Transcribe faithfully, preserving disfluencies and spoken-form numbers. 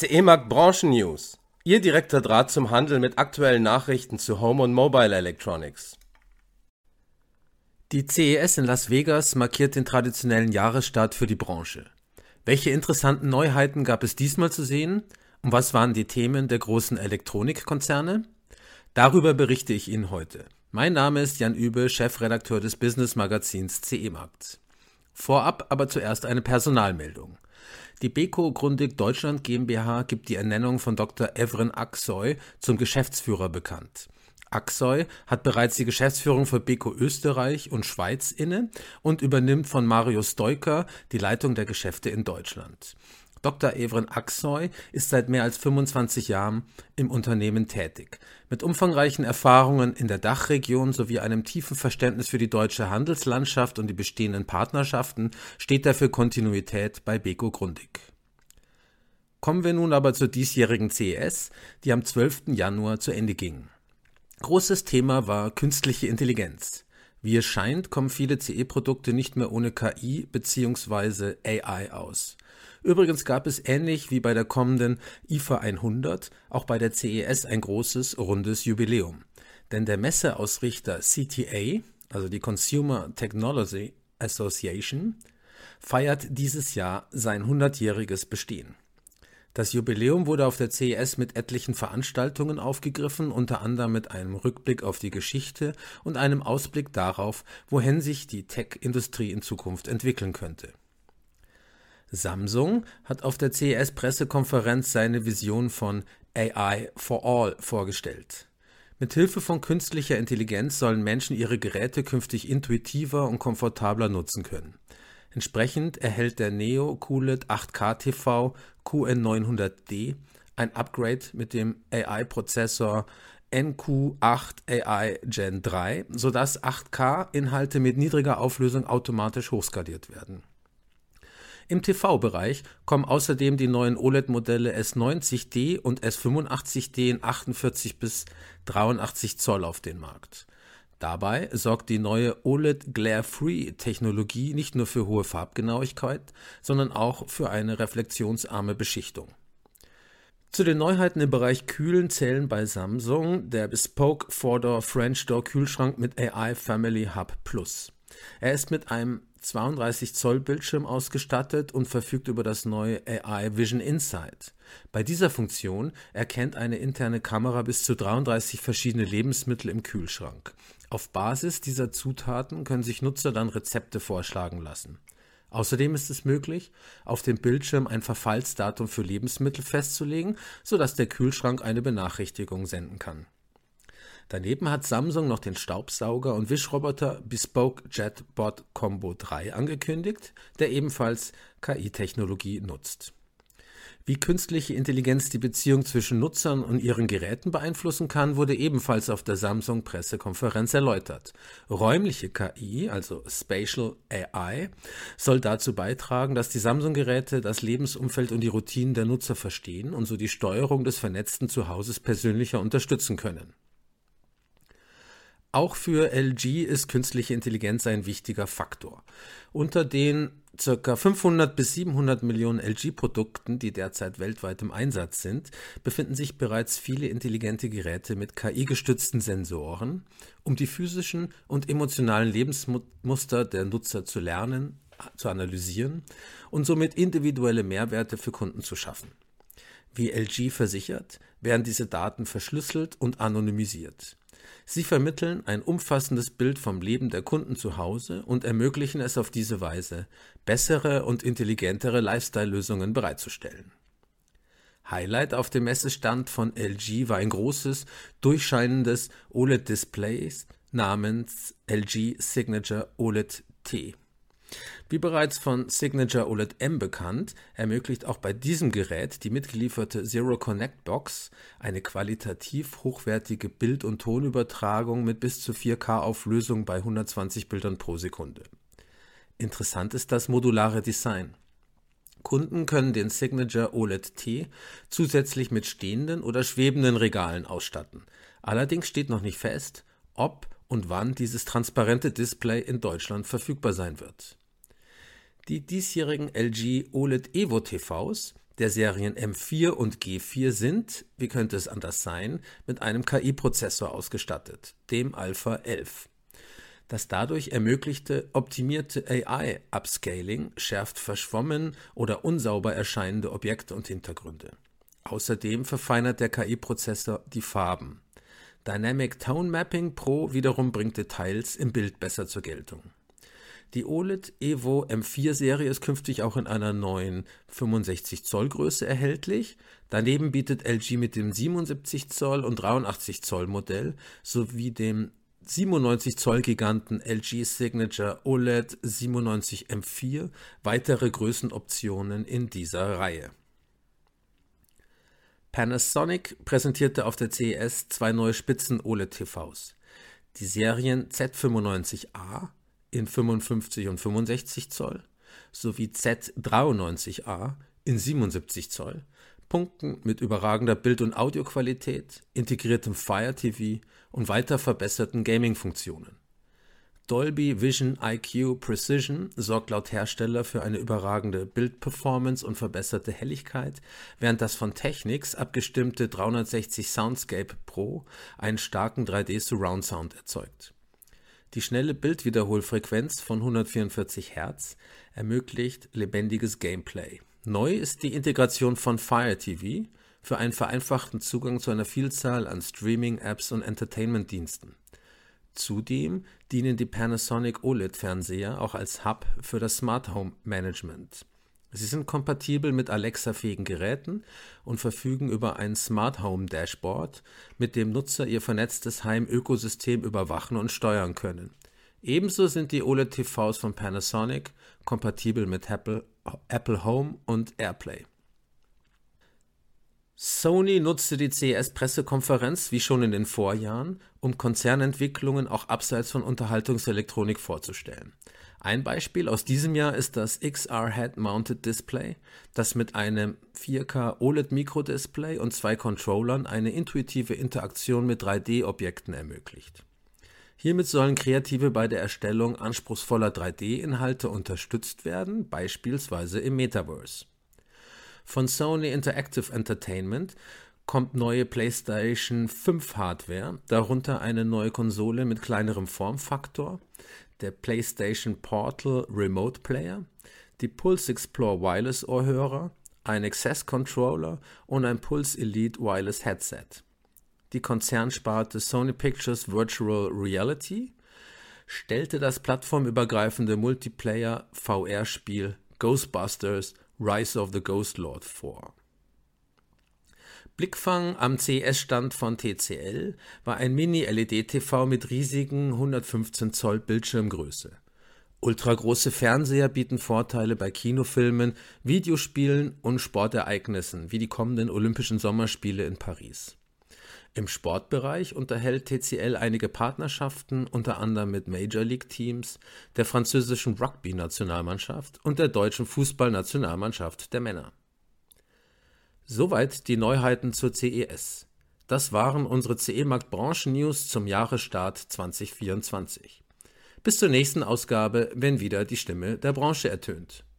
C E-Markt Branchen-News. Ihr direkter Draht zum Handel mit aktuellen Nachrichten zu Home und Mobile Electronics. Die C E S in Las Vegas markiert den traditionellen Jahresstart für die Branche. Welche interessanten Neuheiten gab es diesmal zu sehen? Und was waren die Themen der großen Elektronikkonzerne? Darüber berichte ich Ihnen heute. Mein Name ist Jan Übe, Chefredakteur des Business-Magazins C E-Markt. Vorab aber zuerst eine Personalmeldung. Die Beko Grundig Deutschland GmbH gibt die Ernennung von Doktor Evren Aksoy zum Geschäftsführer bekannt. Aksoy hat bereits die Geschäftsführung für Beko Österreich und Schweiz inne und übernimmt von Mario Stoiker die Leitung der Geschäfte in Deutschland. Doktor Evren Aksoy ist seit mehr als fünfundzwanzig Jahren im Unternehmen tätig. Mit umfangreichen Erfahrungen in der Dachregion sowie einem tiefen Verständnis für die deutsche Handelslandschaft und die bestehenden Partnerschaften steht er für Kontinuität bei Beko Grundig. Kommen wir nun aber zur diesjährigen C E S, die am zwölften Januar zu Ende ging. Großes Thema war künstliche Intelligenz. Wie es scheint, kommen viele C E-Produkte nicht mehr ohne K I bzw. A I aus. Übrigens gab es ähnlich wie bei der kommenden I F A hundert auch bei der C E S ein großes, rundes Jubiläum. Denn der Messeausrichter C T A, also die Consumer Technology Association, feiert dieses Jahr sein hundertjähriges Bestehen. Das Jubiläum wurde auf der C E S mit etlichen Veranstaltungen aufgegriffen, unter anderem mit einem Rückblick auf die Geschichte und einem Ausblick darauf, wohin sich die Tech-Industrie in Zukunft entwickeln könnte. Samsung hat auf der C E S-Pressekonferenz seine Vision von A I for All vorgestellt. Mithilfe von künstlicher Intelligenz sollen Menschen ihre Geräte künftig intuitiver und komfortabler nutzen können. Entsprechend erhält der Neo Q L E D acht K T V Q N neunhundert D ein Upgrade mit dem A I-Prozessor N Q acht A I Gen drei, sodass acht K-Inhalte mit niedriger Auflösung automatisch hochskaliert werden. Im T V-Bereich kommen außerdem die neuen O L E D-Modelle S neunzig D und S fünfundachtzig D in achtundvierzig bis dreiundachtzig Zoll auf den Markt. Dabei sorgt die neue O L E D Glare-Free-Technologie nicht nur für hohe Farbgenauigkeit, sondern auch für eine reflexionsarme Beschichtung. Zu den Neuheiten im Bereich Kühlen zählen bei Samsung der Bespoke vier Door French Door Kühlschrank mit A I Family Hub Plus. Er ist mit einem zweiunddreißig Zoll Bildschirm ausgestattet und verfügt über das neue A I Vision Insight. Bei dieser Funktion erkennt eine interne Kamera bis zu dreiunddreißig verschiedene Lebensmittel im Kühlschrank. Auf Basis dieser Zutaten können sich Nutzer dann Rezepte vorschlagen lassen. Außerdem ist es möglich, auf dem Bildschirm ein Verfallsdatum für Lebensmittel festzulegen, sodass der Kühlschrank eine Benachrichtigung senden kann. Daneben hat Samsung noch den Staubsauger und Wischroboter Bespoke JetBot Combo drei angekündigt, der ebenfalls K I-Technologie nutzt. Wie künstliche Intelligenz die Beziehung zwischen Nutzern und ihren Geräten beeinflussen kann, wurde ebenfalls auf der Samsung-Pressekonferenz erläutert. Räumliche K I, also Spatial A I, soll dazu beitragen, dass die Samsung-Geräte das Lebensumfeld und die Routinen der Nutzer verstehen und so die Steuerung des vernetzten Zuhauses persönlicher unterstützen können. Auch für L G ist künstliche Intelligenz ein wichtiger Faktor. Unter den ca. fünfhundert bis siebenhundert Millionen L G-Produkten, die derzeit weltweit im Einsatz sind, befinden sich bereits viele intelligente Geräte mit K I-gestützten Sensoren, um die physischen und emotionalen Lebensmuster der Nutzer zu lernen, zu analysieren und somit individuelle Mehrwerte für Kunden zu schaffen. Wie L G versichert, werden diese Daten verschlüsselt und anonymisiert. Sie vermitteln ein umfassendes Bild vom Leben der Kunden zu Hause und ermöglichen es auf diese Weise, bessere und intelligentere Lifestyle-Lösungen bereitzustellen. Highlight auf dem Messestand von L G war ein großes, durchscheinendes O L E D-Display namens L G Signature O L E D T. Wie bereits von Signature O L E D M bekannt, ermöglicht auch bei diesem Gerät die mitgelieferte Zero Connect Box eine qualitativ hochwertige Bild- und Tonübertragung mit bis zu vier K Auflösung bei hundertzwanzig Bildern pro Sekunde. Interessant ist das modulare Design. Kunden können den Signature O L E D T zusätzlich mit stehenden oder schwebenden Regalen ausstatten. Allerdings steht noch nicht fest, ob und wann dieses transparente Display in Deutschland verfügbar sein wird. Die diesjährigen L G O L E D Evo T Vs, der Serien M vier und G vier sind, wie könnte es anders sein, mit einem K I-Prozessor ausgestattet, dem Alpha elf. Das dadurch ermöglichte optimierte A I-Upscaling schärft verschwommen oder unsauber erscheinende Objekte und Hintergründe. Außerdem verfeinert der K I-Prozessor die Farben. Dynamic Tone Mapping Pro wiederum bringt Details im Bild besser zur Geltung. Die O L E D Evo M vier Serie ist künftig auch in einer neuen fünfundsechzig Zoll Größe erhältlich. Daneben bietet L G mit dem siebenundsiebzig Zoll und dreiundachtzig Zoll Modell sowie dem siebenundneunzig Zoll Giganten L G Signature O L E D siebenundneunzig M vier weitere Größenoptionen in dieser Reihe. Panasonic präsentierte auf der C E S zwei neue Spitzen-O L E D-T Vs. Die Serien Z fünfundneunzig A in fünfundfünfzig und fünfundsechzig Zoll sowie Z dreiundneunzig A in siebenundsiebzig Zoll punkten mit überragender Bild- und Audioqualität, integriertem Fire T V und weiter verbesserten Gaming-Funktionen. Dolby Vision I Q Precision sorgt laut Hersteller für eine überragende Bildperformance und verbesserte Helligkeit, während das von Technics abgestimmte dreihundertsechzig Soundscape Pro einen starken drei D Surround Sound erzeugt. Die schnelle Bildwiederholfrequenz von hundertvierundvierzig Hertz ermöglicht lebendiges Gameplay. Neu ist die Integration von Fire T V für einen vereinfachten Zugang zu einer Vielzahl an Streaming-Apps und Entertainment-Diensten. Zudem dienen die Panasonic O L E D-Fernseher auch als Hub für das Smart Home Management. Sie sind kompatibel mit Alexa-fähigen Geräten und verfügen über ein Smart Home Dashboard, mit dem Nutzer ihr vernetztes Heimökosystem überwachen und steuern können. Ebenso sind die O L E D-T Vs von Panasonic kompatibel mit Apple, Apple Home und AirPlay. Sony nutzte die C E S-Pressekonferenz wie schon in den Vorjahren, um Konzernentwicklungen auch abseits von Unterhaltungselektronik vorzustellen. Ein Beispiel aus diesem Jahr ist das X R Head-Mounted Display, das mit einem vier K O L E D-Mikrodisplay und zwei Controllern eine intuitive Interaktion mit drei D-Objekten ermöglicht. Hiermit sollen Kreative bei der Erstellung anspruchsvoller drei D-Inhalte unterstützt werden, beispielsweise im Metaverse. Von Sony Interactive Entertainment kommt neue PlayStation fünf Hardware, darunter eine neue Konsole mit kleinerem Formfaktor, der PlayStation Portal Remote Player, die Pulse Explore Wireless Ohrhörer, ein Access Controller und ein Pulse Elite Wireless Headset. Die Konzernsparte Sony Pictures Virtual Reality stellte das plattformübergreifende Multiplayer-V R-Spiel Ghostbusters Rise of the Ghost Lord vor. Blickfang am C E S-Stand von T C L war ein Mini-L E D-T V mit riesigen hundertfünfzehn Zoll Bildschirmgröße. Ultragroße Fernseher bieten Vorteile bei Kinofilmen, Videospielen und Sportereignissen wie die kommenden Olympischen Sommerspiele in Paris. Im Sportbereich unterhält T C L einige Partnerschaften, unter anderem mit Major League Teams, der französischen Rugby-Nationalmannschaft und der deutschen Fußballnationalmannschaft der Männer. Soweit die Neuheiten zur C E S. Das waren unsere C E-Markt-Branchen-News zum Jahresstart zwanzig vierundzwanzig. Bis zur nächsten Ausgabe, wenn wieder die Stimme der Branche ertönt.